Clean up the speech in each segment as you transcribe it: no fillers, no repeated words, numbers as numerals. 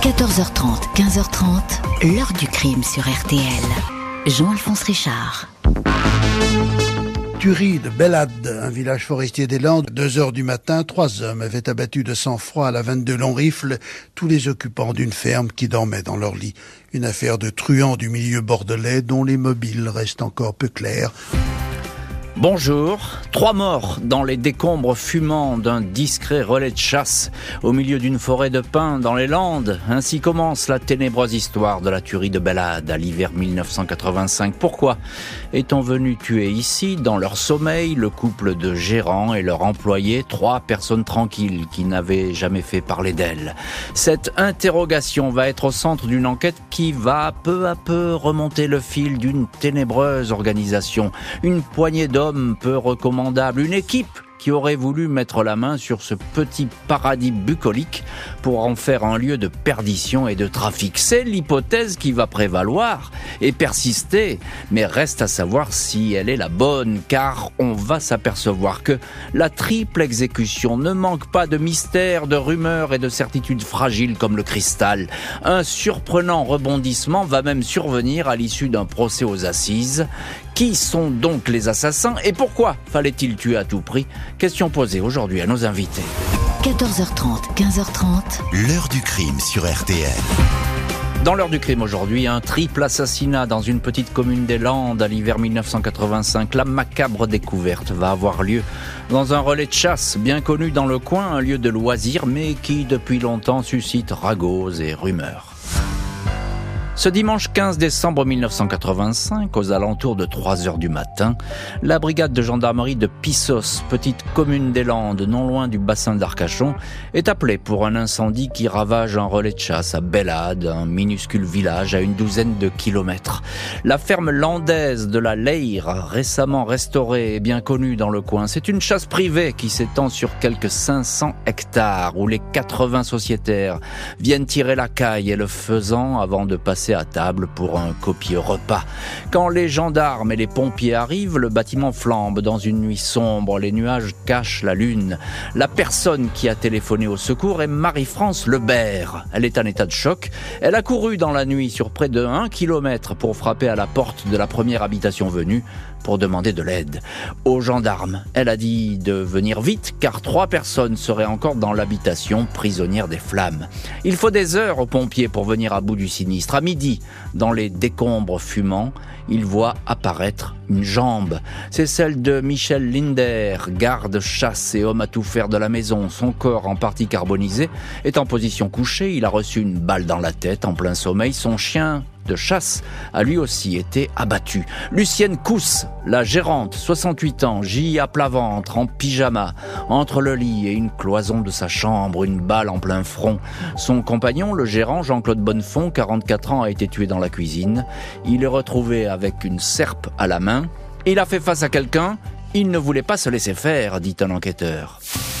14h30, 15h30, l'heure du crime sur RTL. Jean-Alphonse Richard. Tuerie de Belade, un village forestier des Landes. 2h du matin, 3 hommes avaient abattu de sang-froid à la 22 longs rifles tous les occupants d'une ferme qui dormaient dans leur lit. Une affaire de truands du milieu bordelais dont les mobiles restent encore peu clairs. Bonjour. 3 morts dans les décombres fumants d'un discret relais de chasse au milieu d'une forêt de pins dans les Landes. Ainsi commence la ténébreuse histoire de la tuerie de Belade à l'hiver 1985. Pourquoi est-on venu tuer ici, dans leur sommeil, le couple de gérants et leur employé, 3 personnes tranquilles qui n'avaient jamais fait parler d'elles? Cette interrogation va être au centre d'une enquête qui va peu à peu remonter le fil d'une ténébreuse organisation. Une poignée d'hommes peu recommandables, une équipe qui aurait voulu mettre la main sur ce petit paradis bucolique pour en faire un lieu de perdition et de trafic. C'est l'hypothèse qui va prévaloir et persister, mais reste à savoir si elle est la bonne, car on va s'apercevoir que la triple exécution ne manque pas de mystères, de rumeurs et de certitudes fragiles comme le cristal. Un surprenant rebondissement va même survenir à l'issue d'un procès aux assises. Qui sont donc les assassins et pourquoi fallait-il tuer à tout prix? Question posée aujourd'hui à nos invités. 14h30, 15h30, l'heure du crime sur RTL. Dans l'heure du crime aujourd'hui, un triple assassinat dans une petite commune des Landes à l'hiver 1985. La macabre découverte va avoir lieu dans un relais de chasse bien connu dans le coin, un lieu de loisirs mais qui depuis longtemps suscite ragots et rumeurs. Ce dimanche 15 décembre 1985, aux alentours de 3h du matin, la brigade de gendarmerie de Pissos, petite commune des Landes, non loin du bassin d'Arcachon, est appelée pour un incendie qui ravage un relais de chasse à Belade, un minuscule village à une douzaine de kilomètres. La ferme landaise de la Leyre, récemment restaurée et bien connue dans le coin, c'est une chasse privée qui s'étend sur quelques 500 hectares, où les 80 sociétaires viennent tirer la caille et le faisan avant de passer à table pour un copieux repas. Quand les gendarmes et les pompiers arrivent, le bâtiment flambe dans une nuit sombre, les nuages cachent la lune. La personne qui a téléphoné au secours est Marie-France Lebert. Elle est en état de choc. Elle a couru dans la nuit sur près de 1 kilomètre pour frapper à la porte de la première habitation venue pour demander de l'aide. Aux gendarmes, elle a dit de venir vite car 3 personnes seraient encore dans l'habitation prisonnières des flammes. Il faut des heures aux pompiers pour venir à bout du sinistre. À midi, dans les décombres fumants, ils voient apparaître une jambe. C'est celle de Michel Linder, garde-chasse et homme à tout faire de la maison. Son corps, en partie carbonisé, est en position couchée. Il a reçu une balle dans la tête en plein sommeil. Son chien de chasse a lui aussi été abattu. Lucienne Cousse, la gérante, 68 ans, gît à plat ventre, en pyjama, entre le lit et une cloison de sa chambre, une balle en plein front. Son compagnon, le gérant, Jean-Claude Bonnefond, 44 ans, a été tué dans la cuisine. Il est retrouvé avec une serpe à la main. Il a fait face à quelqu'un. Il ne voulait pas se laisser faire, dit un enquêteur.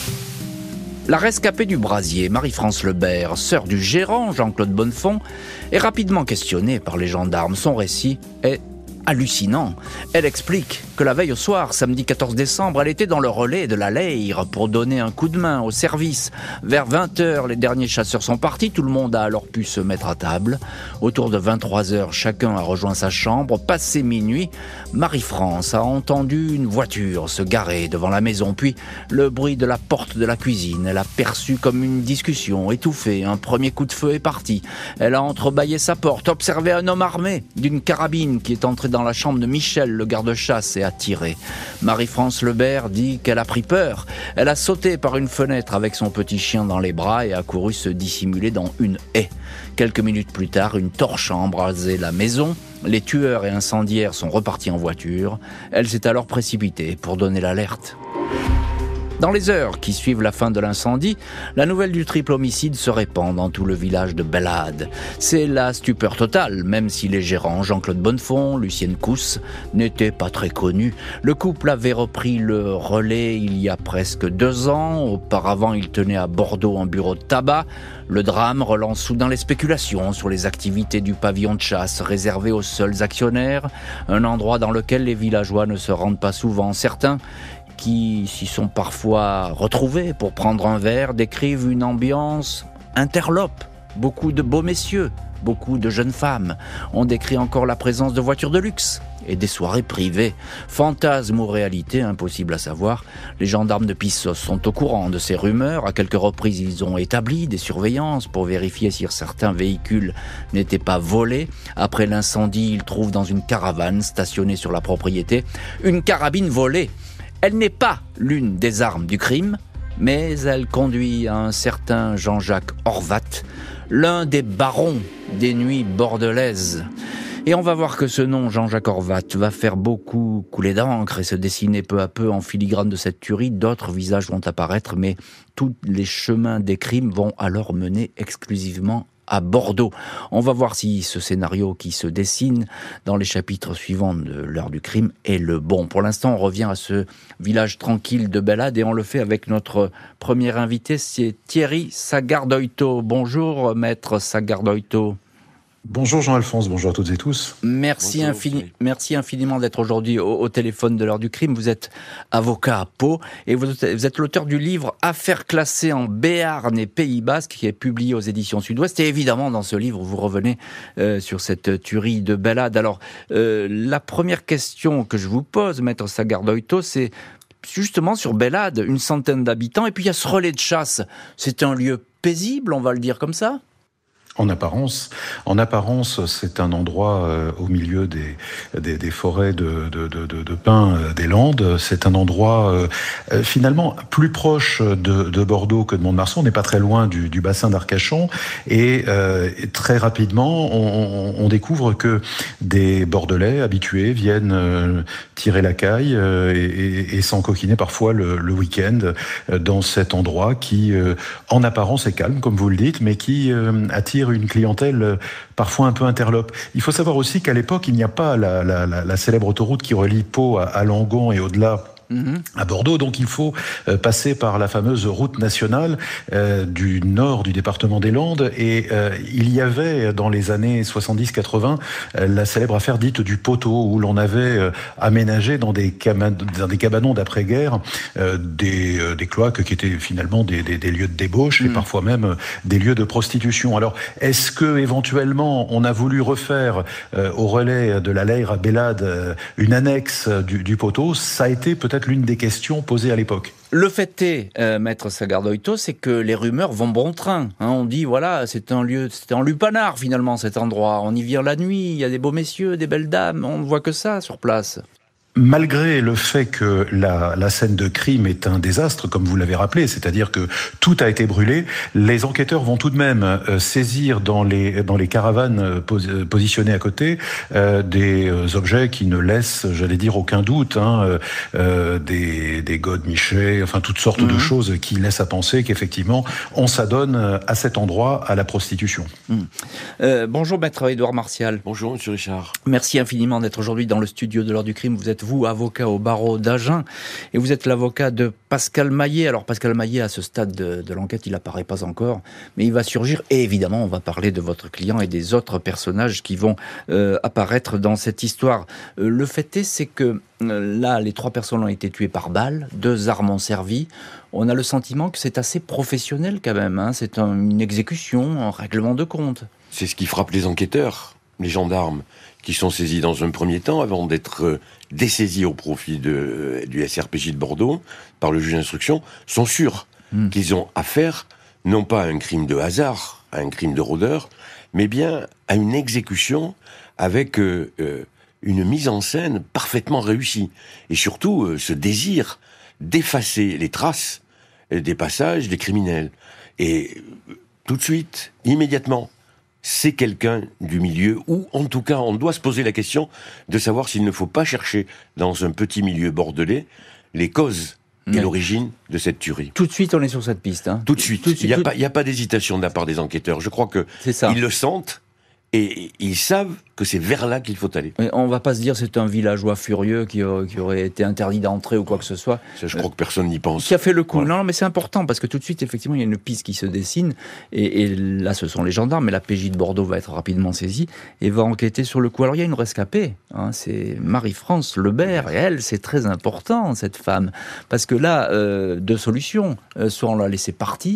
La rescapée du brasier, Marie-France Lebert, sœur du gérant Jean-Claude Bonnefond, est rapidement questionnée par les gendarmes. Son récit est hallucinant. Elle explique que la veille au soir, samedi 14 décembre, elle était dans le relais de la Leyre pour donner un coup de main au service. Vers 20h, les derniers chasseurs sont partis. Tout le monde a alors pu se mettre à table. Autour de 23h, chacun a rejoint sa chambre. Passé minuit, Marie-France a entendu une voiture se garer devant la maison. Puis, le bruit de la porte de la cuisine. Elle a perçu comme une discussion étouffée. Un premier coup de feu est parti. Elle a entrebâillé sa porte, observé un homme armé d'une carabine qui est entré dans la chambre de Michel, le garde-chasse, et a tiré. Marie-France Lebert dit qu'elle a pris peur. Elle a sauté par une fenêtre avec son petit chien dans les bras et a couru se dissimuler dans une haie. Quelques minutes plus tard, une torche a embrasé la maison. Les tueurs et incendiaires sont repartis en voiture. Elle s'est alors précipitée pour donner l'alerte. Dans les heures qui suivent la fin de l'incendie, la nouvelle du triple homicide se répand dans tout le village de Belade. C'est la stupeur totale, même si les gérants Jean-Claude Bonnefond, Lucienne Cousse n'étaient pas très connus. Le couple avait repris le relais il y a presque 2 ans. Auparavant, il tenait à Bordeaux un bureau de tabac. Le drame relance soudain les spéculations sur les activités du pavillon de chasse réservé aux seuls actionnaires, un endroit dans lequel les villageois ne se rendent pas souvent. Certains qui s'y sont parfois retrouvés pour prendre un verre décrivent une ambiance interlope beaucoup de beaux messieurs, beaucoup de jeunes femmes. On décrit encore la présence de voitures de luxe et des soirées privées. Fantasme ou réalité, impossible à savoir. Les gendarmes de Pissos sont au courant de ces rumeurs. À quelques reprises, ils ont établi des surveillances pour vérifier si certains véhicules n'étaient pas volés. Après l'incendie, ils trouvent dans une caravane stationnée sur la propriété une carabine volée. Elle n'est pas l'une des armes du crime, mais elle conduit à un certain Jean-Jacques Horvat, l'un des barons des nuits bordelaises. Et on va voir que ce nom, Jean-Jacques Horvat, va faire beaucoup couler d'encre et se dessiner peu à peu en filigrane de cette tuerie. D'autres visages vont apparaître, mais tous les chemins des crimes vont alors mener exclusivement à Bordeaux. On va voir si ce scénario qui se dessine dans les chapitres suivants de l'heure du crime est le bon. Pour l'instant, on revient à ce village tranquille de Belade et on le fait avec notre premier invité, c'est Thierry Sagardoito. Bonjour, maître Sagardoito. Bonjour Jean-Alphonse, bonjour à toutes et tous. Merci infiniment d'être aujourd'hui au téléphone de l'heure du crime. Vous êtes avocat à Pau et vous êtes l'auteur du livre Affaires classées en Béarn et Pays Basque qui est publié aux éditions Sud-Ouest. Et évidemment, dans ce livre, vous revenez sur cette tuerie de Belade. Alors, la première question que je vous pose, maître Sagardoito, c'est justement sur Belade, une centaine d'habitants. Et puis il y a ce relais de chasse. C'est un lieu paisible, on va le dire comme ça ? En apparence, c'est un endroit au milieu des forêts de pins des Landes. C'est un endroit finalement plus proche de Bordeaux que de Mont-de-Marsan. On n'est pas très loin du bassin d'Arcachon et très rapidement, on découvre que des Bordelais habitués viennent tirer la caille et s'encoquiner parfois le week-end dans cet endroit qui, en apparence, est calme, comme vous le dites, mais qui attire une clientèle parfois un peu interlope. Il faut savoir aussi qu'à l'époque, il n'y a pas la célèbre autoroute qui relie Pau à Langon et au-delà à Bordeaux, donc il faut passer par la fameuse route nationale du nord du département des Landes et il y avait dans les années 70-80 la célèbre affaire dite du poteau où l'on avait aménagé dans des cabanons d'après-guerre des cloaques qui étaient finalement des lieux de débauche et parfois même des lieux de prostitution. Alors est-ce que éventuellement on a voulu refaire au relais de la Leyre à Belade une annexe du poteau? Ça a été peut-être l'une des questions posées à l'époque. Le fait est, maître Sagardoito, c'est que les rumeurs vont bon train. On dit, voilà, c'est un lupanar finalement cet endroit. On y vient la nuit, il y a des beaux messieurs, des belles dames, on ne voit que ça sur place. Malgré le fait que la scène de crime est un désastre, comme vous l'avez rappelé, c'est-à-dire que tout a été brûlé, les enquêteurs vont tout de même saisir dans les caravanes positionnées à côté des objets qui ne laissent, j'allais dire, aucun doute, des godemichés, enfin toutes sortes de choses qui laissent à penser qu'effectivement on s'adonne à cet endroit à la prostitution. Bonjour maître Édouard Martial. Bonjour monsieur Richard. Merci infiniment d'être aujourd'hui dans le studio de l'heure du crime. Vous êtes vous, avocat au barreau d'Agen, et vous êtes l'avocat de Pascal Maillet. Alors Pascal Maillet, à ce stade de l'enquête, il n'apparaît pas encore, mais il va surgir, et évidemment, on va parler de votre client et des autres personnages qui vont apparaître dans cette histoire. Le fait est, c'est que là, les 3 personnes ont été tuées par balle, 2 armes ont servi. On a le sentiment que c'est assez professionnel quand même, c'est une exécution, un règlement de compte. C'est ce qui frappe les enquêteurs, les gendarmes, qui sont saisis dans un premier temps avant d'être dessaisis au profit du SRPJ de Bordeaux par le juge d'instruction, sont sûrs qu'ils ont affaire non pas à un crime de hasard, à un crime de rôdeur, mais bien à une exécution avec une mise en scène parfaitement réussie. Et surtout, ce désir d'effacer les traces des passages des criminels. Et tout de suite, immédiatement, c'est quelqu'un du milieu, ou en tout cas, on doit se poser la question de savoir s'il ne faut pas chercher dans un petit milieu bordelais les causes et l'origine de cette tuerie. Tout de suite, on est sur cette piste. Tout de suite. Il n'y a pas d'hésitation de la part des enquêteurs. Je crois qu'ils le sentent et ils savent que c'est vers là qu'il faut aller. Mais on ne va pas se dire c'est un villageois furieux qui aurait été interdit d'entrer ou quoi que ce soit. Ça, je crois que personne n'y pense. Qui a fait le coup. Voilà. Non, mais c'est important parce que tout de suite, effectivement, il y a une piste qui se dessine. Et là, ce sont les gendarmes. Mais la PJ de Bordeaux va être rapidement saisie et va enquêter sur le coup. Alors, il y a une rescapée. C'est Marie-France Lebert. Et elle, c'est très important, cette femme. Parce que là, 2 solutions. Soit on l'a laissée partir,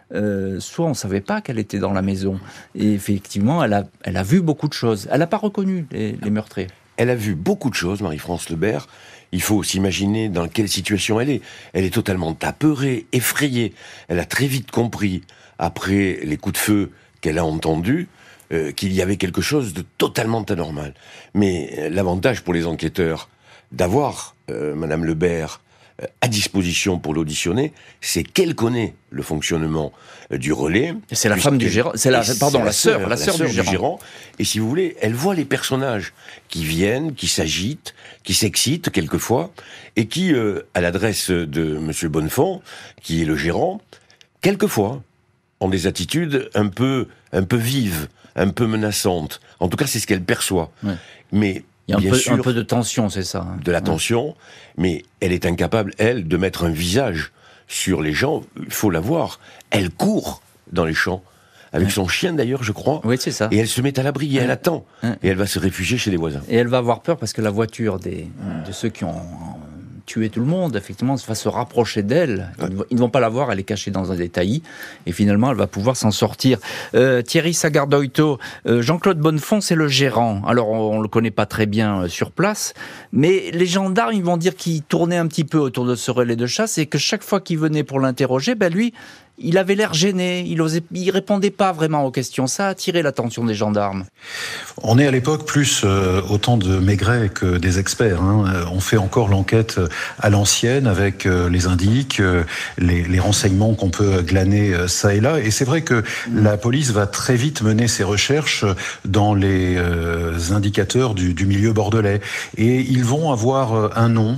soit on ne savait pas qu'elle était dans la maison. Et effectivement, elle a vu beaucoup de choses. Elle n'a pas reconnu les meurtriers. Elle a vu beaucoup de choses, Marie-France Lebert. Il faut s'imaginer dans quelle situation elle est. Elle est totalement apeurée, effrayée. Elle a très vite compris, après les coups de feu qu'elle a entendus, qu'il y avait quelque chose de totalement anormal. Mais l'avantage pour les enquêteurs d'avoir Madame Lebert à disposition pour l'auditionner, c'est qu'elle connaît le fonctionnement du relais. C'est la femme du gérant, la sœur du gérant. Et si vous voulez, elle voit les personnages qui viennent, qui s'agitent, qui s'excitent quelquefois, et qui, à l'adresse de Monsieur Bonnefond, qui est le gérant, quelquefois ont des attitudes un peu vives, un peu menaçantes. En tout cas, c'est ce qu'elle perçoit. Ouais. Mais il y a un peu de tension, c'est ça. De la tension, mais elle est incapable, elle, de mettre un visage sur les gens. Il faut la voir. Elle court dans les champs, avec son chien d'ailleurs, je crois. Oui, c'est ça. Et elle se met à l'abri, et elle attend. Et elle va se réfugier chez les voisins. Et elle va avoir peur parce que la voiture de ceux qui ont tué tout le monde, effectivement, va se rapprocher d'elle. Ils ne vont pas la voir, elle est cachée dans un des taillis. Et finalement, elle va pouvoir s'en sortir. Thierry Sagardoito, Jean-Claude Bonnefond, c'est le gérant. Alors, on ne le connaît pas très bien sur place, mais les gendarmes, ils vont dire qu'il tournait un petit peu autour de ce relais de chasse et que chaque fois qu'il venait pour l'interroger, lui, il avait l'air gêné, il répondait pas vraiment aux questions. Ça a attiré l'attention des gendarmes. On est à l'époque plus au temps de Maigret que des experts. On fait encore l'enquête à l'ancienne avec les indices, les renseignements qu'on peut glaner ça et là. Et c'est vrai que la police va très vite mener ses recherches dans les indicateurs du milieu bordelais. Et ils vont avoir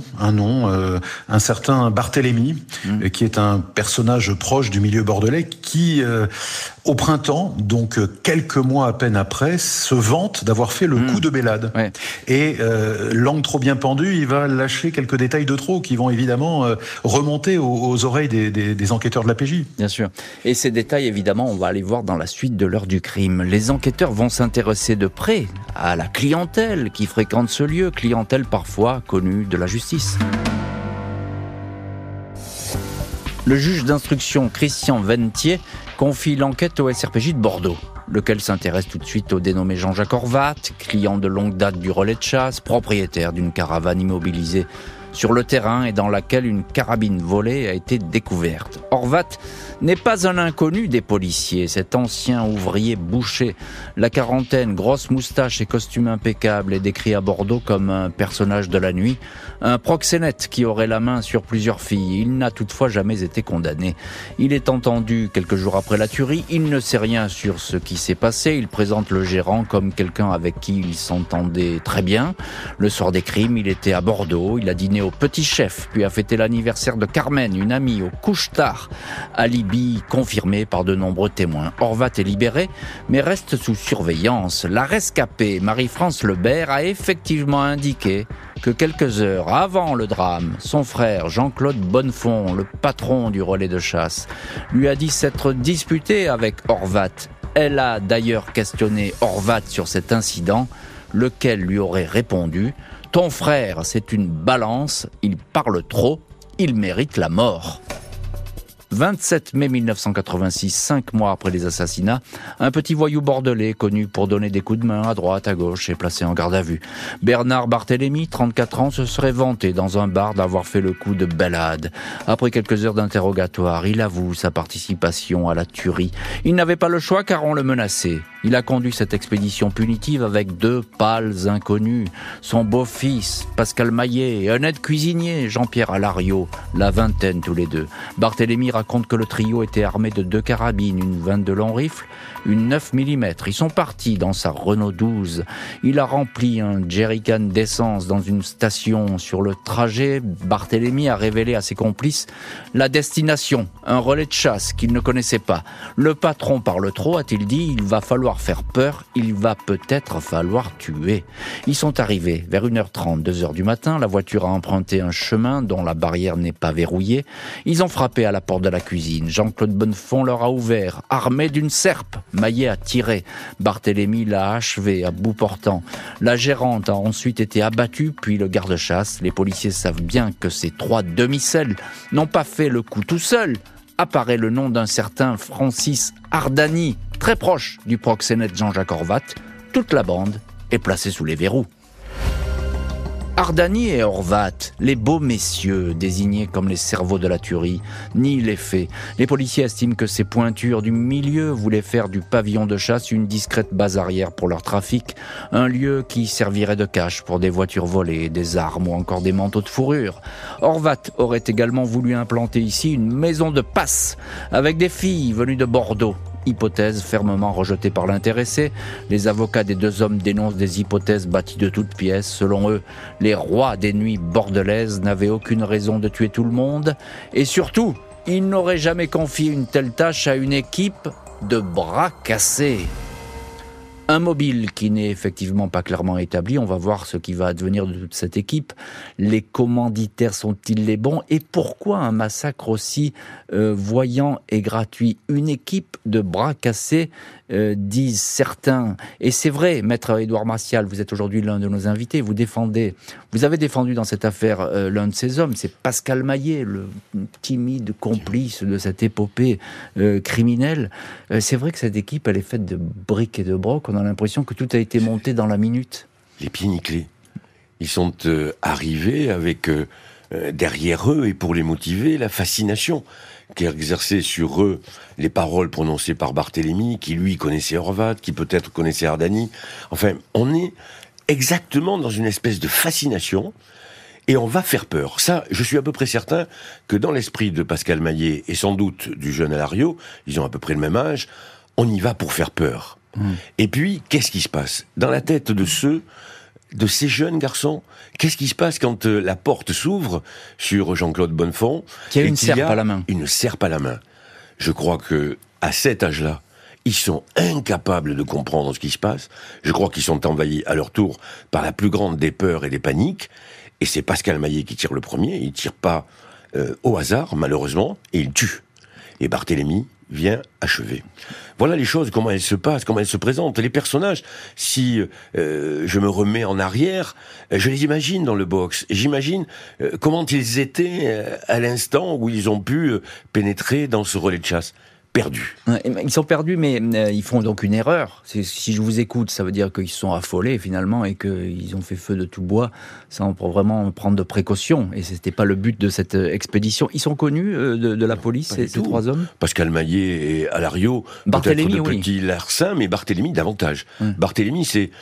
un certain Barthélemy, qui est un personnage proche du milieu bordelais qui, au printemps, donc quelques mois à peine après, se vante d'avoir fait le coup de Bélade. Ouais. Et langue trop bien pendue, il va lâcher quelques détails de trop qui vont évidemment remonter aux oreilles des enquêteurs de la PJ. Bien sûr. Et ces détails, évidemment, on va aller voir dans la suite de l'heure du crime. Les enquêteurs vont s'intéresser de près à la clientèle qui fréquente ce lieu, clientèle parfois connue de la justice. Le juge d'instruction Christian Ventier confie l'enquête au SRPJ de Bordeaux, lequel s'intéresse tout de suite au dénommé Jean-Jacques Horvat, client de longue date du relais de chasse, propriétaire d'une caravane immobilisée sur le terrain et dans laquelle une carabine volée a été découverte. Horvat n'est pas un inconnu des policiers. Cet ancien ouvrier boucher, la quarantaine, grosse moustache et costume impeccable, est décrit à Bordeaux comme un personnage de la nuit, un proxénète qui aurait la main sur plusieurs filles. Il n'a toutefois jamais été condamné. Il est entendu quelques jours après la tuerie. Il ne sait rien sur ce qui s'est passé. Il présente le gérant comme quelqu'un avec qui il s'entendait très bien. Le soir des crimes, il était à Bordeaux. Il a dîné au Petit Chef, puis a fêté l'anniversaire de Carmen, une amie, au couche-tard. Alibi confirmé par de nombreux témoins. Horvat est libéré, mais reste sous surveillance. La rescapée, Marie-France Lebert, a effectivement indiqué que quelques heures avant le drame, son frère Jean-Claude Bonnefond, le patron du relais de chasse, lui a dit s'être disputé avec Horvat. Elle a d'ailleurs questionné Horvat sur cet incident, lequel lui aurait répondu « Ton frère, c'est une balance, il parle trop, il mérite la mort ». 27 mai 1986, 5 mois après les assassinats, un petit voyou bordelais connu pour donner des coups de main à droite, à gauche et placé en garde à vue. Bernard Barthélemy, 34 ans, se serait vanté dans un bar d'avoir fait le coup de Bélade. Après quelques heures d'interrogatoire, il avoue sa participation à la tuerie. Il n'avait pas le choix car on le menaçait. Il a conduit cette expédition punitive avec 2 pâles inconnus. Son beau-fils, Pascal Maillet, et un aide cuisinier, Jean-Pierre Alario, la vingtaine tous les deux. Barthélemy raconte que le trio était armé de 2 carabines, une 22 long rifle, une 9 mm. Ils sont partis dans sa Renault 12. Il a rempli un jerrycan d'essence dans une station. Sur le trajet, Barthélemy a révélé à ses complices la destination, un relais de chasse qu'il ne connaissait pas. Le patron parle trop, a-t-il dit, il va falloir faire peur, il va peut-être falloir tuer. Ils sont arrivés vers 1h30, 2h du matin. La voiture a emprunté un chemin dont la barrière n'est pas verrouillée. Ils ont frappé à la porte de la cuisine. Jean-Claude Bonnefond leur a ouvert, armé d'une serpe. Maillet a tiré. Barthélemy l'a achevé à bout portant. La gérante a ensuite été abattue, puis le garde-chasse. Les policiers savent bien que ces 3 demi-celles n'ont pas fait le coup tout seuls. apparaît le nom d'un certain Francis Ardani, très proche du proxénète Jean-Jacques Horvat. Toute la bande est placée sous les verrous. Ardani et Horvat, les beaux messieurs désignés comme les cerveaux de la tuerie, nient les faits. Les policiers estiment que ces pointures du milieu voulaient faire du pavillon de chasse une discrète base arrière pour leur trafic, un lieu qui servirait de cache pour des voitures volées, des armes ou encore des manteaux de fourrure. Horvat aurait également voulu implanter ici une maison de passe avec des filles venues de Bordeaux. Hypothèse fermement rejetée par l'intéressé. Les avocats des deux hommes dénoncent des hypothèses bâties de toutes pièces. Selon eux, les rois des nuits bordelaises n'avaient aucune raison de tuer tout le monde. Et surtout, ils n'auraient jamais confié une telle tâche à une équipe de bras cassés. Un mobile qui n'est effectivement pas clairement établi. On va voir ce qui va advenir de toute cette équipe. Les commanditaires sont-ils les bons? Et pourquoi un massacre aussi voyant et gratuit? Une équipe de bras cassés, disent certains. Et c'est vrai, maître Édouard Martial, vous êtes aujourd'hui l'un de nos invités. Vous avez défendu dans cette affaire l'un de ces hommes, c'est Pascal Maillet, le timide complice de cette épopée criminelle. C'est vrai que cette équipe, elle est faite de briques et de brocs. On a l'impression que tout a été monté dans la minute. Les pieds nickelés. Ils sont arrivés avec derrière eux, et pour les motiver, la fascination qui exerçait sur eux les paroles prononcées par Barthélemy, qui lui connaissait Horvat, qui peut-être connaissait Ardani. Enfin, on est exactement dans une espèce de fascination, et on va faire peur. Ça, je suis à peu près certain que dans l'esprit de Pascal Maillet, et sans doute du jeune Alario, ils ont à peu près le même âge, on y va pour faire peur. Et puis, qu'est-ce qui se passe dans la tête de ces jeunes garçons? Qu'est-ce qui se passe quand la porte s'ouvre sur Jean-Claude Bonnefond, qui a une serpe à la main? Une serpe à la main. Je crois que à cet âge-là, ils sont incapables de comprendre ce qui se passe. Je crois qu'ils sont envahis à leur tour par la plus grande des peurs et des paniques. Et c'est Pascal Maillet qui tire le premier. Il tire pas au hasard, malheureusement, et il tue. Et Barthélemy vient achever. Voilà les choses, comment elles se passent, comment elles se présentent. Les personnages, si je me remets en arrière, je les imagine dans le box. J'imagine comment ils étaient à l'instant où ils ont pu pénétrer dans ce relais de chasse. Perdus. Ils sont perdus, mais ils font donc une erreur. Si je vous écoute, ça veut dire qu'ils sont affolés finalement et qu'ils ont fait feu de tout bois sans vraiment prendre de précautions. Et c'était pas le but de cette expédition. Ils sont connus de la police, ces trois hommes? Pascal Maillet et Alario, Barthélemy, peut-être de petits larcins, mais Barthélemy davantage. Barthélemy, c'est,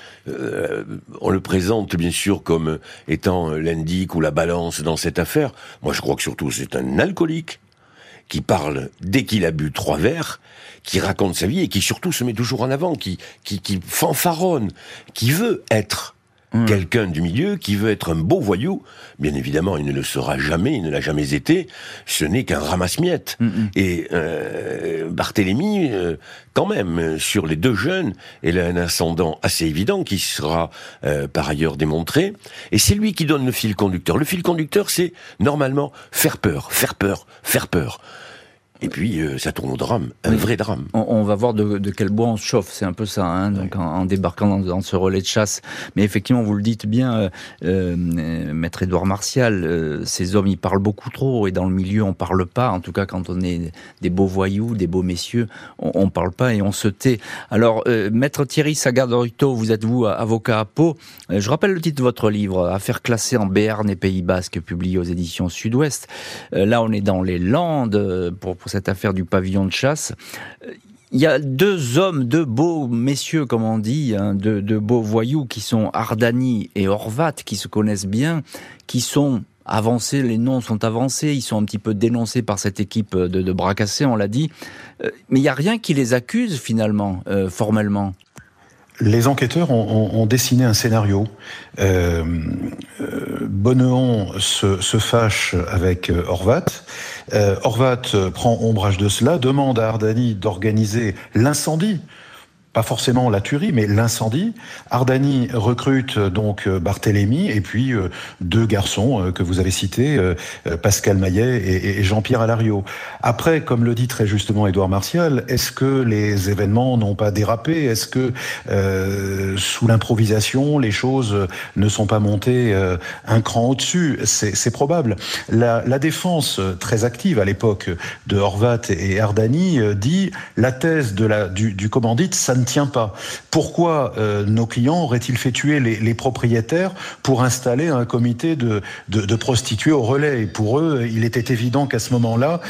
on le présente bien sûr comme étant l'indique ou la balance dans cette affaire. Moi, je crois que surtout c'est un alcoolique qui parle dès qu'il a bu 3 verres, qui raconte sa vie et qui surtout se met toujours en avant, qui fanfaronne, qui veut être quelqu'un du milieu, qui veut être un beau voyou. Bien évidemment, il ne le sera jamais, il ne l'a jamais été. Ce n'est qu'un ramasse-miettes. Et Barthélemy, quand même, sur les deux jeunes, il a un ascendant assez évident qui sera par ailleurs démontré. Et c'est lui qui donne le fil conducteur. Le fil conducteur, c'est normalement faire peur, faire peur, faire peur. Et puis, ça tourne au drame, un vrai drame. On va voir de quel bois on se chauffe, c'est un peu ça, hein, donc en débarquant dans ce relais de chasse. Mais effectivement, vous le dites bien, maître Édouard Martial, ces hommes, ils parlent beaucoup trop, et dans le milieu, on parle pas. En tout cas, quand on est des beaux voyous, des beaux messieurs, on parle pas et on se tait. Alors, maître Thierry Sagardorito, vous êtes avocat à Pau. Je rappelle le titre de votre livre, Affaires classées en Béarn et Pays Basque, publié aux éditions Sud-Ouest. Là, on est dans les Landes, pour cette affaire du pavillon de chasse. Il y a deux hommes, deux beaux messieurs, comme on dit, hein, deux beaux voyous qui sont Ardani et Horvat, qui se connaissent bien, qui sont avancés, les noms sont avancés, ils sont un petit peu dénoncés par cette équipe de bras cassés, on l'a dit. Mais il n'y a rien qui les accuse, finalement, formellement. Les enquêteurs ont dessiné un scénario. Bonneon se fâche avec Horvat. Horvat prend ombrage de cela, demande à Ardani d'organiser l'incendie, pas forcément la tuerie, mais l'incendie. Ardani recrute donc Barthélemy et puis deux garçons que vous avez cités, Pascal Maillet et Jean-Pierre Alario. Après, comme le dit très justement Édouard Martial, est-ce que les événements n'ont pas dérapé ? Est-ce que sous l'improvisation, les choses ne sont pas montées un cran au-dessus ? C'est probable. La défense très active à l'époque de Horvat et Ardani dit la thèse du commandite, ça ne tient pas. Pourquoi nos clients auraient-ils fait tuer les propriétaires pour installer un comité de prostituées au relais ? Et pour eux, il était évident qu'à ce moment-là,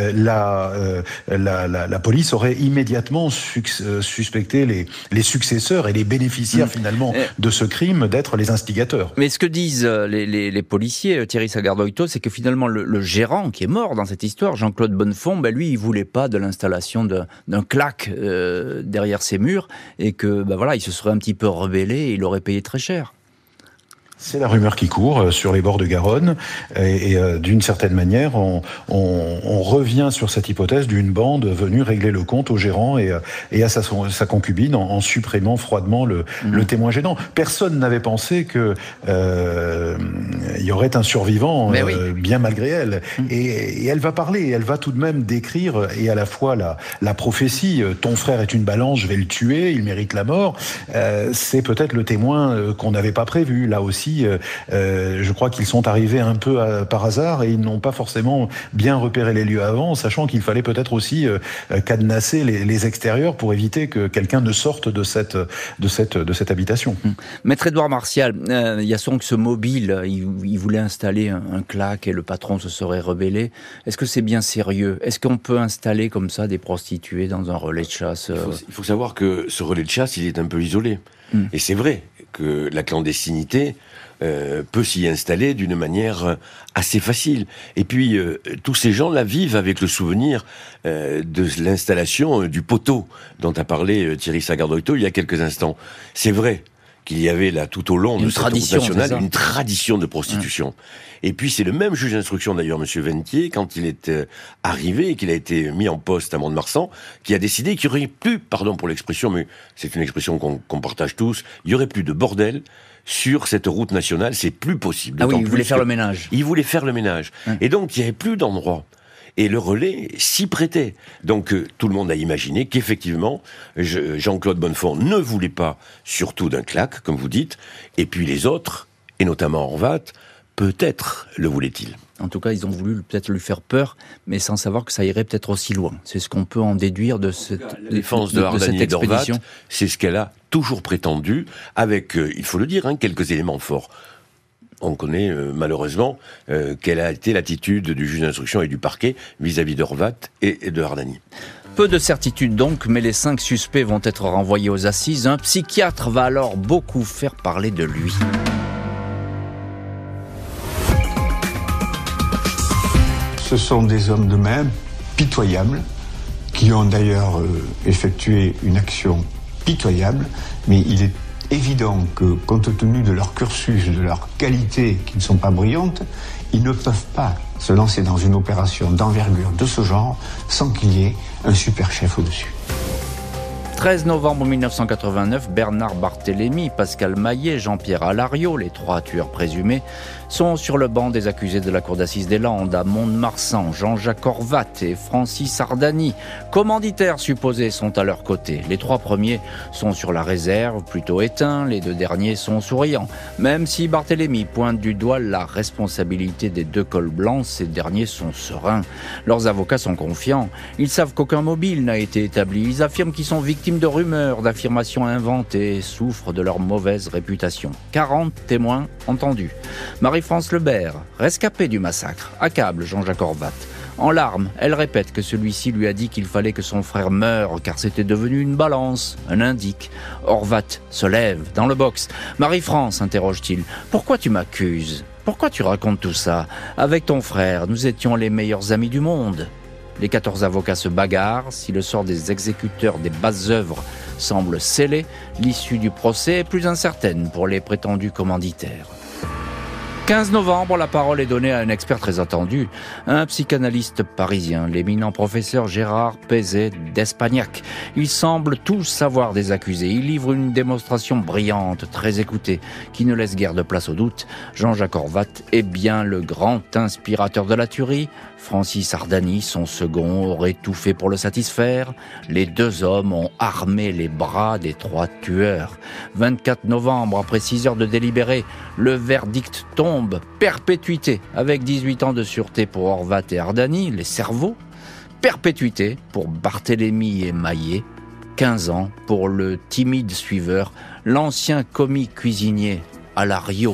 la police aurait immédiatement suspecté les successeurs et les bénéficiaires finalement de ce crime d'être les instigateurs. Mais ce que disent les policiers, Thierry Sagardoito, c'est que finalement le gérant qui est mort dans cette histoire, Jean-Claude Bonnefond, lui, il voulait pas de l'installation d'un claque derrière ses murs et que il se serait un petit peu rebellé et il aurait payé très cher. C'est la rumeur qui court sur les bords de Garonne et d'une certaine manière, on revient sur cette hypothèse d'une bande venue régler le compte au gérant et à sa concubine en supprimant froidement le témoin gênant. Personne n'avait pensé que il y aurait un survivant, bien malgré elle. Et elle va parler, elle va tout de même décrire et à la fois la prophétie. Ton frère est une balance, je vais le tuer, il mérite la mort. C'est peut-être le témoin qu'on n'avait pas prévu. Là aussi, je crois qu'ils sont arrivés un peu par hasard et ils n'ont pas forcément bien repéré les lieux avant, sachant qu'il fallait peut-être aussi cadenasser les extérieurs pour éviter que quelqu'un ne sorte de cette habitation. Maître Édouard Martial, il y a son que ce mobile, il voulait installer un claque et le patron se serait rebellé. Est-ce que c'est bien sérieux ? Est-ce qu'on peut installer comme ça des prostituées dans un relais de chasse ? Il faut savoir que ce relais de chasse, il est un peu isolé. Et c'est vrai que la clandestinité peut s'y installer d'une manière assez facile. Et puis, tous ces gens-là vivent avec le souvenir de l'installation du poteau dont a parlé Thierry Sagardoito il y a quelques instants. C'est vrai qu'il y avait là tout au long de cette route nationale une tradition de prostitution. Et puis c'est le même juge d'instruction d'ailleurs, Monsieur Ventier, quand il est arrivé et qu'il a été mis en poste à Mont-de-Marsan, qui a décidé qu'il n'y aurait plus, pardon pour l'expression, mais c'est une expression qu'on partage tous, il n'y aurait plus de bordel sur cette route nationale, c'est plus possible. Ah oui, il voulait faire le ménage. Il voulait faire le ménage. Et donc il n'y avait plus d'endroit. Et le relais s'y prêtait. Donc tout le monde a imaginé qu'effectivement, Jean-Claude Bonnefond ne voulait pas, surtout d'un claque, comme vous dites, et puis les autres, et notamment Horvat, peut-être le voulait-il. En tout cas, ils ont voulu peut-être lui faire peur, mais sans savoir que ça irait peut-être aussi loin. C'est ce qu'on peut en déduire de cette défense de Ardani et d'Horvat. C'est ce qu'elle a toujours prétendu, avec, il faut le dire, quelques éléments forts. On connaît malheureusement quelle a été l'attitude du juge d'instruction et du parquet vis-à-vis d'Horvat et de Ardani. Peu de certitude donc, mais les 5 suspects vont être renvoyés aux assises. Un psychiatre va alors beaucoup faire parler de lui. Ce sont des hommes de main pitoyables, qui ont d'ailleurs effectué une action pitoyable, mais il est évident que, compte tenu de leur cursus, de leurs qualités qui ne sont pas brillantes, ils ne peuvent pas se lancer dans une opération d'envergure de ce genre sans qu'il y ait un super chef au-dessus. 13 novembre 1989, Bernard Barthélemy, Pascal Maillet, Jean-Pierre Alario, les 3 tueurs présumés, sont sur le banc des accusés de la cour d'assises des Landes à Mont-de-Marsan. Jean-Jacques Horvat et Francis Ardani, commanditaires supposés, sont à leur côté. Les 3 premiers sont sur la réserve, plutôt éteints, les 2 derniers sont souriants. Même si Barthélemy pointe du doigt la responsabilité des 2 cols blancs, ces derniers sont sereins. Leurs avocats sont confiants. Ils savent qu'aucun mobile n'a été établi. Ils affirment qu'ils sont victimes de rumeurs, d'affirmations inventées, souffrent de leur mauvaise réputation. 40 témoins entendus. Marie-France Lebert, rescapée du massacre, accable Jean-Jacques Horvat. En larmes, elle répète que celui-ci lui a dit qu'il fallait que son frère meure car c'était devenu une balance, un indique. Horvat se lève dans le box. Marie-France, interroge-t-il, pourquoi tu m'accuses ? Pourquoi tu racontes tout ça ? Avec ton frère, nous étions les meilleurs amis du monde. Les 14 avocats se bagarrent. Si le sort des exécuteurs des basses œuvres semble scellé, l'issue du procès est plus incertaine pour les prétendus commanditaires. 15 novembre, la parole est donnée à un expert très attendu, un psychanalyste parisien, l'éminent professeur Gérard Pézet d'Espagnac. Il semble tout savoir des accusés. Il livre une démonstration brillante, très écoutée, qui ne laisse guère de place au doute. Jean-Jacques Horvat est bien le grand inspirateur de la tuerie. Francis Ardani, son second, aurait tout fait pour le satisfaire. Les deux hommes ont armé les bras des 3 tueurs. 24 novembre, après 6 heures de délibéré, le verdict tombe. Perpétuité, avec 18 ans de sûreté pour Horvat et Ardani, les cerveaux. Perpétuité pour Barthélemy et Maillet. 15 ans pour le timide suiveur, l'ancien commis cuisinier Alario.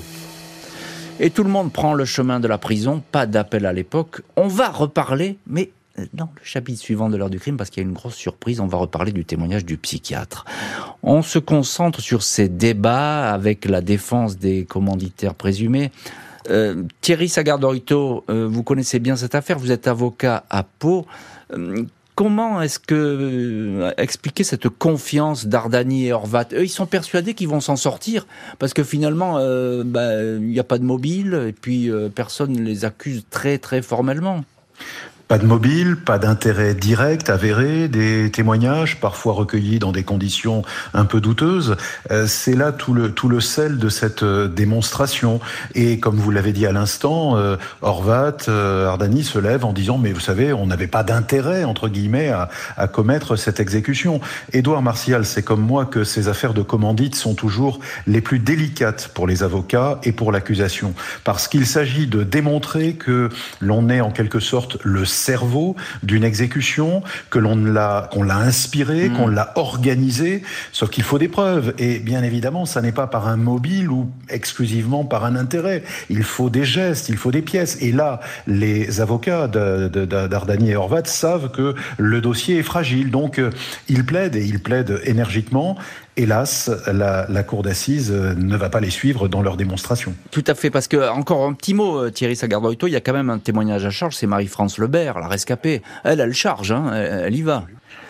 Et tout le monde prend le chemin de la prison, pas d'appel à l'époque. On va reparler, mais dans le chapitre suivant de l'heure du crime, parce qu'il y a une grosse surprise, on va reparler du témoignage du psychiatre. On se concentre sur ces débats avec la défense des commanditaires présumés. Thierry Sagardorito, vous connaissez bien cette affaire, vous êtes avocat à Pau. Comment est-ce que expliquer cette confiance d'Ardani et Horvat? Eux, ils sont persuadés qu'ils vont s'en sortir parce que finalement, il n'y a pas de mobile et puis personne ne les accuse très très formellement. Pas de mobile, pas d'intérêt direct, avéré, des témoignages, parfois recueillis dans des conditions un peu douteuses. C'est là tout le sel de cette démonstration. Et comme vous l'avez dit à l'instant, Horvat, Ardani se lève en disant « mais vous savez, on n'avait pas d'intérêt, entre guillemets, à commettre cette exécution ». Édouard Martial, c'est comme moi que ces affaires de commandite sont toujours les plus délicates pour les avocats et pour l'accusation. Parce qu'il s'agit de démontrer que l'on est en quelque sorte le cerveau d'une exécution, qu'on l'a inspiré, qu'on l'a organisé, sauf qu'il faut des preuves. Et bien évidemment, ça n'est pas par un mobile ou exclusivement par un intérêt. Il faut des gestes, il faut des pièces. Et là, les avocats d'Ardani et Horvat savent que le dossier est fragile. Donc, ils plaident et ils plaident énergiquement. Hélas, la cour d'assises ne va pas les suivre dans leur démonstration. Tout à fait, parce que, encore un petit mot, Thierry Sagardorito, il y a quand même un témoignage à charge, c'est Marie-France Lebert, la rescapée. Elle charge, elle y va.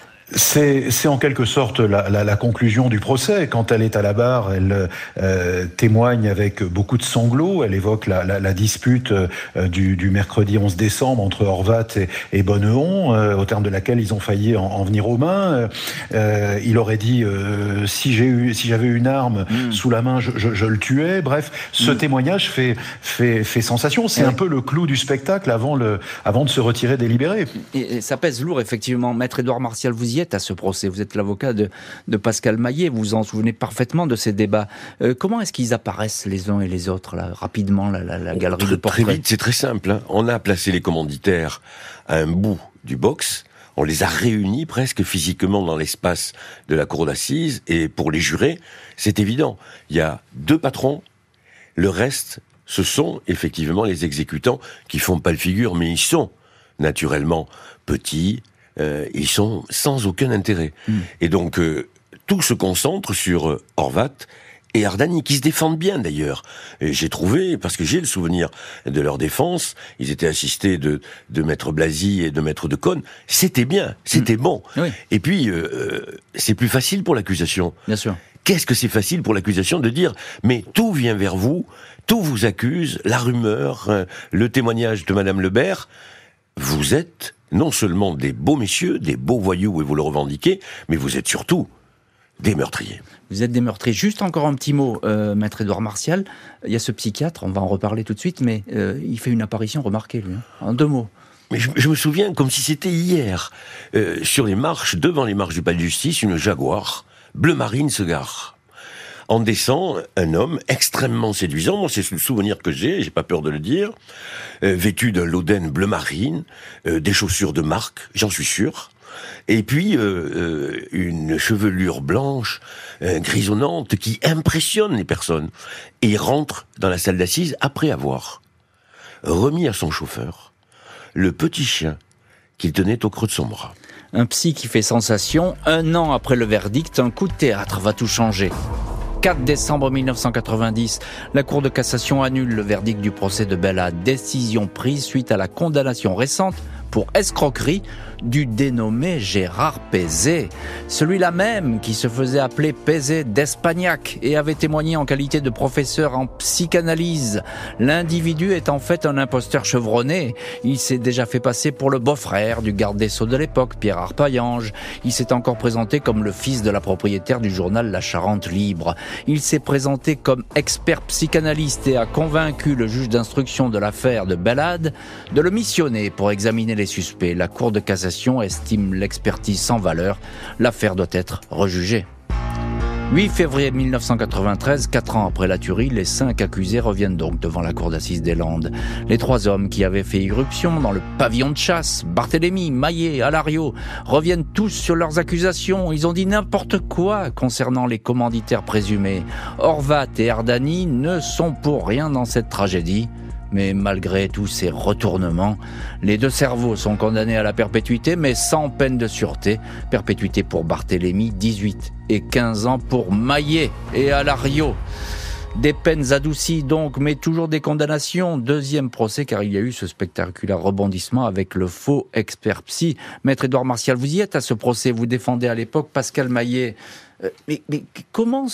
C'est en quelque sorte la conclusion du procès. Quand elle est à la barre, elle témoigne avec beaucoup de sanglots. Elle évoque la dispute du mercredi 11 décembre entre Horvat et Bonneon, au terme de laquelle ils ont failli en venir aux mains. Il aurait dit si j'avais une arme sous la main, je le tuais. Bref, ce témoignage fait sensation. C'est un peu le clou du spectacle avant de se retirer délibéré. Et ça pèse lourd, effectivement. Maître Édouard Martial, vous y êtes à ce procès. Vous êtes l'avocat de Pascal Maillet. Vous vous en souvenez parfaitement de ces débats. Comment est-ce qu'ils apparaissent les uns et les autres, là, rapidement, la galerie de portraits? Très vite, c'est très simple. On a placé les commanditaires à un bout du box. On les a réunis presque physiquement dans l'espace de la cour d'assises. Et pour les jurés, c'est évident. Il y a 2 patrons. Le reste, ce sont effectivement les exécutants qui font pas le figure, mais ils sont naturellement petits. Ils sont sans aucun intérêt. Et donc, tout se concentre sur Horvat et Ardani, qui se défendent bien d'ailleurs. Et j'ai trouvé, parce que j'ai le souvenir de leur défense, ils étaient assistés de Maître Blasi et de Maître Decaune. C'était bien, c'était bon. Oui. Et puis, c'est plus facile pour l'accusation. Bien sûr. Qu'est-ce que c'est facile pour l'accusation de dire « mais tout vient vers vous, tout vous accuse, la rumeur, le témoignage de Madame Lebert, vous êtes non seulement des beaux messieurs, des beaux voyous et vous le revendiquez, mais vous êtes surtout des meurtriers. » Vous êtes des meurtriers. Juste encore un petit mot, Maître Édouard Martial. Il y a ce psychiatre, on va en reparler tout de suite, mais il fait une apparition remarquée, lui. En 2 mots. Mais je me souviens comme si c'était hier. Sur les marches, devant les marches du palais de justice, une Jaguar bleu marine se gare. En descend un homme extrêmement séduisant, moi c'est le souvenir que j'ai pas peur de le dire, vêtu d'un loden bleu marine, des chaussures de marque, j'en suis sûr, et puis une chevelure blanche, grisonnante, qui impressionne les personnes. Et il rentre dans la salle d'assises après avoir remis à son chauffeur le petit chien qu'il tenait au creux de son bras. Un psy qui fait sensation, 1 an après le verdict, un coup de théâtre va tout changer. 4 décembre 1990, la Cour de cassation annule le verdict du procès de Bella, décision prise suite à la condamnation récente pour escroquerie du dénommé Gérard Pézé. Celui-là même qui se faisait appeler Pézé d'Espagnac et avait témoigné en qualité de professeur en psychanalyse. L'individu est en fait un imposteur chevronné. Il s'est déjà fait passer pour le beau-frère du garde des Sceaux de l'époque, Pierre Arpaillange. Il s'est encore présenté comme le fils de la propriétaire du journal La Charente Libre. Il s'est présenté comme expert psychanalyste et a convaincu le juge d'instruction de l'affaire de Belade de le missionner pour examiner les suspects. La Cour de cassation estime l'expertise sans valeur. L'affaire doit être rejugée. 8 février 1993, 4 ans après la tuerie, les 5 accusés reviennent donc devant la cour d'assises des Landes. Les 3 hommes qui avaient fait irruption dans le pavillon de chasse, Barthélemy, Maillet, Alario, reviennent tous sur leurs accusations. Ils ont dit n'importe quoi concernant les commanditaires présumés. Horvat et Ardani ne sont pour rien dans cette tragédie. Mais malgré tous ces retournements, les 2 cerveaux sont condamnés à la perpétuité, mais sans peine de sûreté. Perpétuité pour Barthélemy, 18 et 15 ans pour Maillet et Alario. Des peines adoucies donc, mais toujours des condamnations. 2e procès, car il y a eu ce spectaculaire rebondissement avec le faux expert psy. Maître Édouard Martial, vous y êtes à ce procès, vous défendez à l'époque Pascal Maillet. Mais comment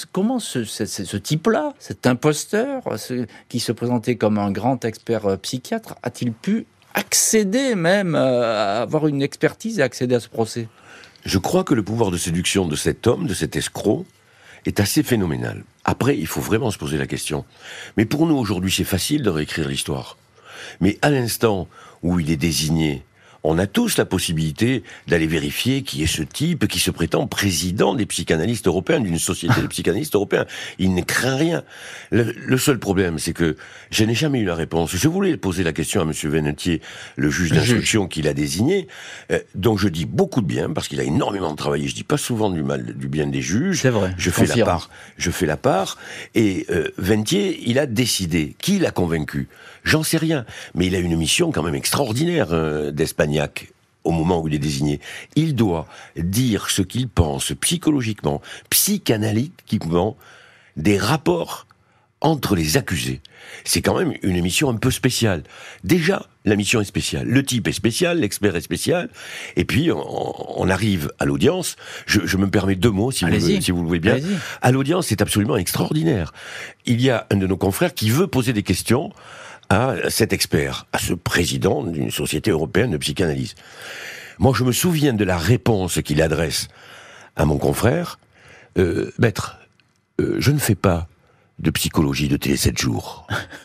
ce type-là, cet imposteur, qui se présentait comme un grand expert psychiatre, a-t-il pu accéder même à avoir une expertise et accéder à ce procès ? Je crois que le pouvoir de séduction de cet homme, de cet escroc, est assez phénoménal. Après, il faut vraiment se poser la question. Mais pour nous, aujourd'hui, c'est facile de réécrire l'histoire. Mais à l'instant où il est désigné, on a tous la possibilité d'aller vérifier qui est ce type qui se prétend président des psychanalystes européens, d'une société de psychanalystes européens. Il ne craint rien. Le seul problème, c'est que je n'ai jamais eu la réponse. Je voulais poser la question à M. Vennetier, le juge d'instruction qu'il a désigné, dont je dis beaucoup de bien, parce qu'il a énormément travaillé. Je dis pas souvent du bien des juges. C'est vrai. Je fais la part. Et Vennetier, il a décidé. Qui l'a convaincu ? J'en sais rien. Mais il a une mission quand même extraordinaire d'Espagnac au moment où il est désigné. Il doit dire ce qu'il pense psychologiquement, psychanalytiquement, des rapports entre les accusés. C'est quand même une mission un peu spéciale. Déjà, la mission est spéciale. Le type est spécial, l'expert est spécial. Et puis, on arrive à l'audience. Je me permets 2 mots, si vous le voulez bien. Allez-y. À l'audience, c'est absolument extraordinaire. Il y a un de nos confrères qui veut poser des questions à cet expert, à ce président d'une société européenne de psychanalyse. Moi, je me souviens de la réponse qu'il adresse à mon confrère. Maître, je ne fais pas de psychologie de Télé 7 jours.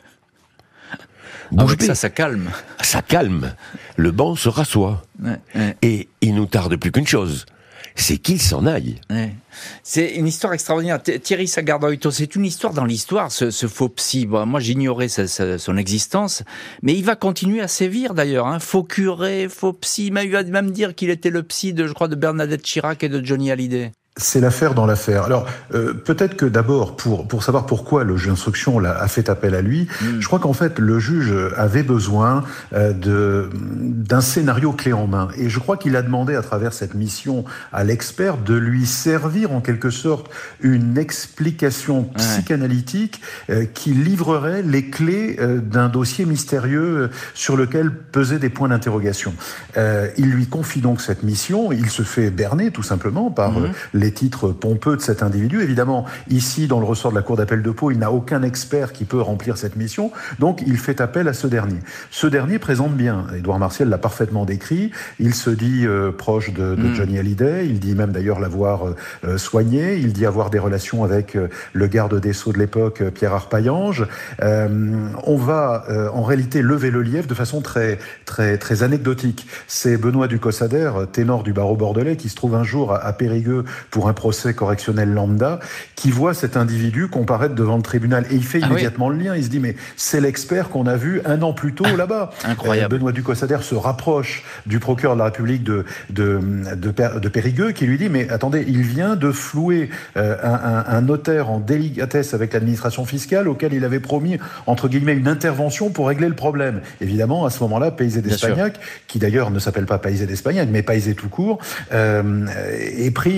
Avec ça calme. Ça calme. Le banc se rassoit. Ouais. Et il nous tarde plus qu'une chose. C'est qu'il s'en aille. Ouais. C'est une histoire extraordinaire. Thierry Sagardoito, c'est une histoire dans l'histoire, ce faux psy. Bon, moi, j'ignorais son existence, mais il va continuer à sévir d'ailleurs. Faux curé, faux psy. Il va même dire qu'il était le psy de Bernadette Chirac et de Johnny Hallyday. C'est l'affaire dans l'affaire. Alors, peut-être que d'abord, pour savoir pourquoi le juge d'instruction a fait appel à lui, je crois qu'en fait, le juge avait besoin d'un scénario clé en main. Et je crois qu'il a demandé à travers cette mission à l'expert de lui servir en quelque sorte une explication psychanalytique qui livrerait les clés d'un dossier mystérieux sur lequel pesaient des points d'interrogation. Il lui confie donc cette mission. Il se fait berner tout simplement par les titres pompeux de cet individu. Évidemment, ici, dans le ressort de la Cour d'appel de Pau, il n'a aucun expert qui peut remplir cette mission, donc il fait appel à ce dernier. Ce dernier présente bien, Édouard Martial l'a parfaitement décrit, il se dit proche de Johnny Hallyday, il dit même d'ailleurs l'avoir soigné, il dit avoir des relations avec le garde des Sceaux de l'époque, Pierre Arpaillange. On va en réalité lever le lièvre de façon très, très, très anecdotique. C'est Benoît Ducossader, ténor du barreau bordelais, qui se trouve un jour à Périgueux pour un procès correctionnel lambda, qui voit cet individu comparaître devant le tribunal. Et il fait immédiatement le lien. Il se dit, mais c'est l'expert qu'on a vu 1 an plus tôt là-bas. Incroyable. Benoît Ducossader se rapproche du procureur de la République de Périgueux, qui lui dit, mais attendez, il vient de flouer un notaire en délicatesse avec l'administration fiscale, auquel il avait promis, entre guillemets, une intervention pour régler le problème. Évidemment, à ce moment-là, Païsé d'Espagnac, qui d'ailleurs ne s'appelle pas Païsé d'Espagnac, mais Païsé tout court, est pris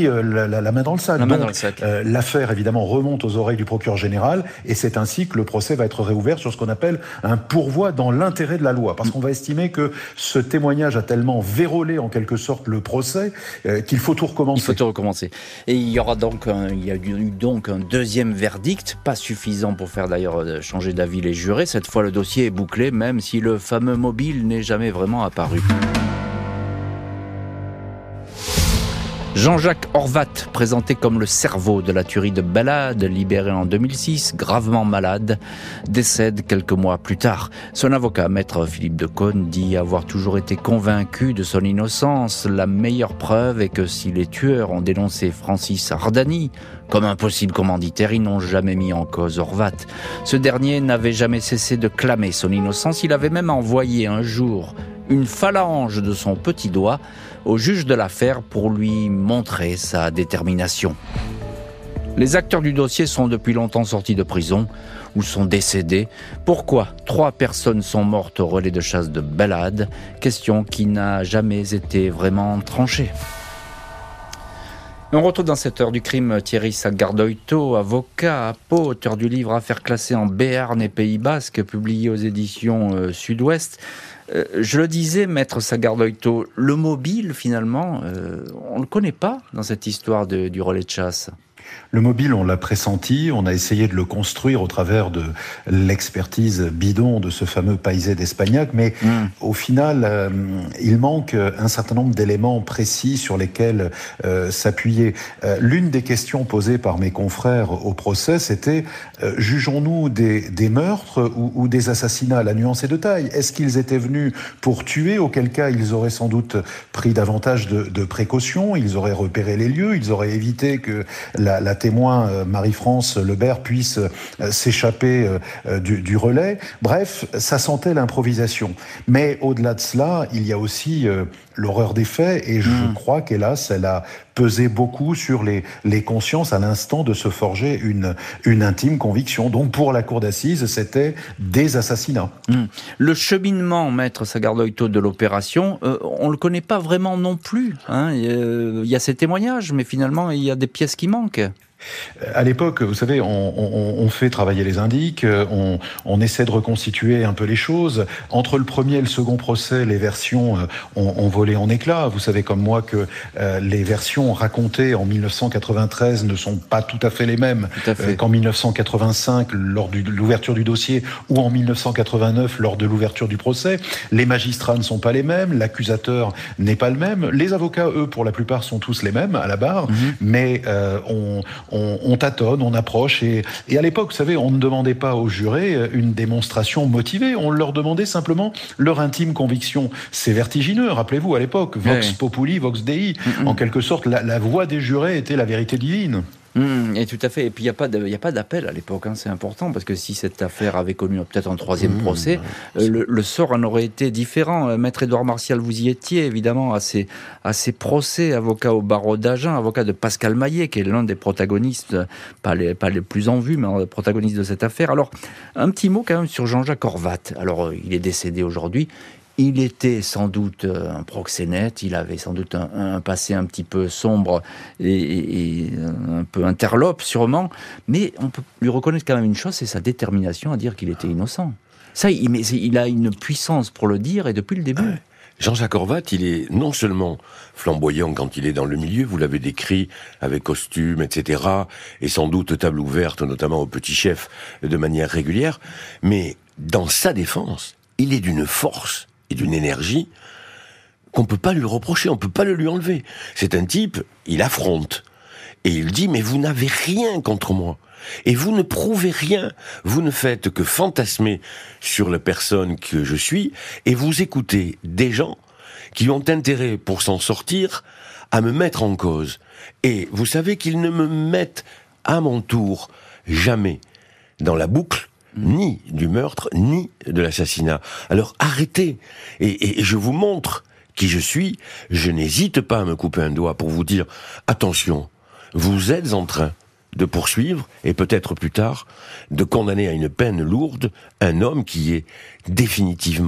la main dans le sac. L'affaire, évidemment, remonte aux oreilles du procureur général, et c'est ainsi que le procès va être réouvert sur ce qu'on appelle un pourvoi dans l'intérêt de la loi. Parce qu'on va estimer que ce témoignage a tellement vérolé, en quelque sorte, le procès, qu'il faut tout recommencer. Et il y a eu donc un deuxième verdict, pas suffisant pour faire d'ailleurs changer d'avis les jurés. Cette fois, le dossier est bouclé, même si le fameux mobile n'est jamais vraiment apparu. Jean-Jacques Horvat, présenté comme le cerveau de la tuerie de Balade, libéré en 2006, gravement malade, décède quelques mois plus tard. Son avocat, maître Philippe de Caunes, dit avoir toujours été convaincu de son innocence. La meilleure preuve est que si les tueurs ont dénoncé Francis Ardani comme un possible commanditaire, ils n'ont jamais mis en cause Horvat. Ce dernier n'avait jamais cessé de clamer son innocence. Il avait même envoyé un jour une phalange de son petit doigt au juge de l'affaire pour lui montrer sa détermination. Les acteurs du dossier sont depuis longtemps sortis de prison ou sont décédés. Pourquoi 3 personnes sont mortes au relais de chasse de Balade? Question qui n'a jamais été vraiment tranchée. On retrouve dans cette heure du crime Thierry Sagardoito, avocat à Pau, auteur du livre Affaires classées en Béarn et Pays Basque, publié aux éditions Sud-Ouest. Je le disais, maître Sagardoito, le mobile, finalement, on ne le connaît pas dans cette histoire du relais de chasse. Le mobile, on l'a pressenti, on a essayé de le construire au travers de l'expertise bidon de ce fameux paysé d'Espagnac, mais au final, il manque un certain nombre d'éléments précis sur lesquels s'appuyer. L'une des questions posées par mes confrères au procès, c'était jugeons-nous des meurtres ou des assassinats? La nuance est de taille. Est-ce qu'ils étaient venus pour tuer, auquel cas ils auraient sans doute pris davantage de précautions, ils auraient repéré les lieux, ils auraient évité que la témoin Marie-France Lebert puisse s'échapper du relais. Bref, ça sentait l'improvisation. Mais au-delà de cela, il y a aussi l'horreur des faits, et je crois qu'hélas, elle a pesé beaucoup sur les consciences à l'instant de se forger une intime conviction. Donc pour la cour d'assises, c'était des assassinats. Le cheminement, maître Sagardoito, de l'opération, on le connaît pas vraiment non plus. Il y a ces témoignages, mais finalement, il y a des pièces qui manquent. À l'époque, vous savez, on fait travailler les indices, on essaie de reconstituer un peu les choses. Entre le premier et le second procès, les versions ont volé en éclats. Vous savez comme moi que les versions racontées en 1993 ne sont pas tout à fait les mêmes qu'en 1985 lors de l'ouverture du dossier ou en 1989 lors de l'ouverture du procès. Les magistrats ne sont pas les mêmes, l'accusateur n'est pas le même. Les avocats, eux, pour la plupart, sont tous les mêmes à la barre, mais on tâtonne, on approche, et à l'époque, vous savez, on ne demandait pas aux jurés une démonstration motivée, on leur demandait simplement leur intime conviction. C'est vertigineux, rappelez-vous, à l'époque, vox populi, vox dei, en quelque sorte, la voix des jurés était la vérité divine. Et tout à fait. Et puis il n'y a pas d'appel à l'époque, c'est important, parce que si cette affaire avait connu peut-être un troisième procès, le sort en aurait été différent. Maître Édouard Martial, vous y étiez évidemment à ces procès, avocat au barreau d'Agen, avocat de Pascal Maillet, qui est l'un des protagonistes, pas les plus en vue, mais un protagoniste de cette affaire. Alors, un petit mot quand même sur Jean-Jacques Horvat. Alors, il est décédé aujourd'hui. Il était sans doute un proxénète, il avait sans doute un passé un petit peu sombre et un peu interlope sûrement, mais on peut lui reconnaître quand même une chose, c'est sa détermination à dire qu'il était innocent. Ça, il a une puissance pour le dire, et depuis le début. Jean-Jacques Horvat, il est non seulement flamboyant quand il est dans le milieu, vous l'avez décrit, avec costume, etc., et sans doute table ouverte, notamment au petit chef, de manière régulière, mais dans sa défense, il est d'une force et d'une énergie qu'on peut pas lui reprocher, on peut pas le lui enlever. C'est un type, il affronte. Et il dit, mais vous n'avez rien contre moi. Et vous ne prouvez rien. Vous ne faites que fantasmer sur la personne que je suis, et vous écoutez des gens qui ont intérêt, pour s'en sortir, à me mettre en cause. Et vous savez qu'ils ne me mettent, à mon tour, jamais dans la boucle, ni du meurtre, ni de l'assassinat. Alors arrêtez, et je vous montre qui je suis. Je n'hésite pas à me couper un doigt pour vous dire, attention, vous êtes en train de poursuivre, et peut-être plus tard, de condamner à une peine lourde un homme qui est définitivement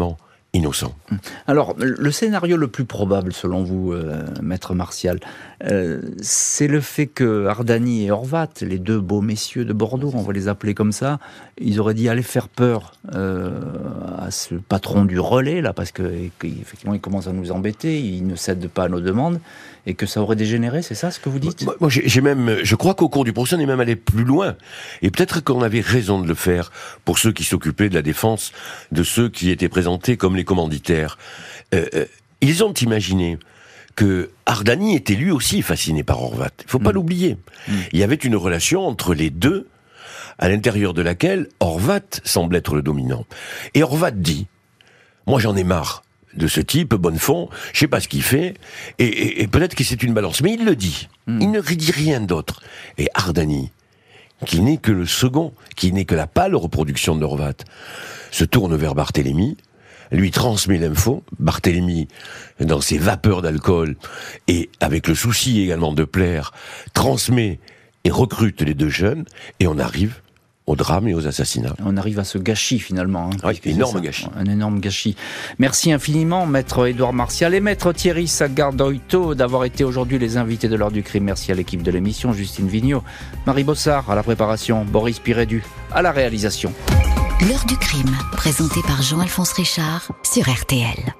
innocent. Alors, le scénario le plus probable, selon vous, Maître Martial, c'est le fait que Ardani et Horvat, les deux beaux messieurs de Bordeaux, on va les appeler comme ça, ils auraient dit aller faire peur à ce patron du relais, là, parce qu'effectivement, il commence à nous embêter, il ne cède pas à nos demandes, et que ça aurait dégénéré, c'est ça ce que vous dites ? Moi, je crois qu'au cours du procès, on est même allé plus loin. Et peut-être qu'on avait raison de le faire pour ceux qui s'occupaient de la défense de ceux qui étaient présentés comme les commanditaires. Ils ont imaginé que Ardani était lui aussi fasciné par Horvat. Il faut pas l'oublier. Il y avait une relation entre les deux, à l'intérieur de laquelle Horvat semble être le dominant. Et Horvat dit, moi j'en ai marre de ce type, Bonnefond, je sais pas ce qu'il fait, et peut-être que c'est une balance. Mais il le dit. Il ne dit rien d'autre. Et Ardani, qui n'est que le second, qui n'est que la pâle reproduction de Horvat, se tourne vers Barthélemy, lui transmet l'info. Barthélemy, dans ses vapeurs d'alcool, et avec le souci également de plaire, transmet et recrute les deux jeunes, et on arrive au drame et aux assassinats. On arrive à ce gâchis finalement. Oui, énorme gâchis. Un énorme gâchis. Merci infiniment, Maître Édouard Martial et Maître Thierry Sagardoito d'avoir été aujourd'hui les invités de l'heure du crime. Merci à l'équipe de l'émission, Justine Vignot, Marie Bossard à la préparation, Boris Pirédu à la réalisation. L'heure du crime, présentée par Jean-Alphonse Richard sur RTL.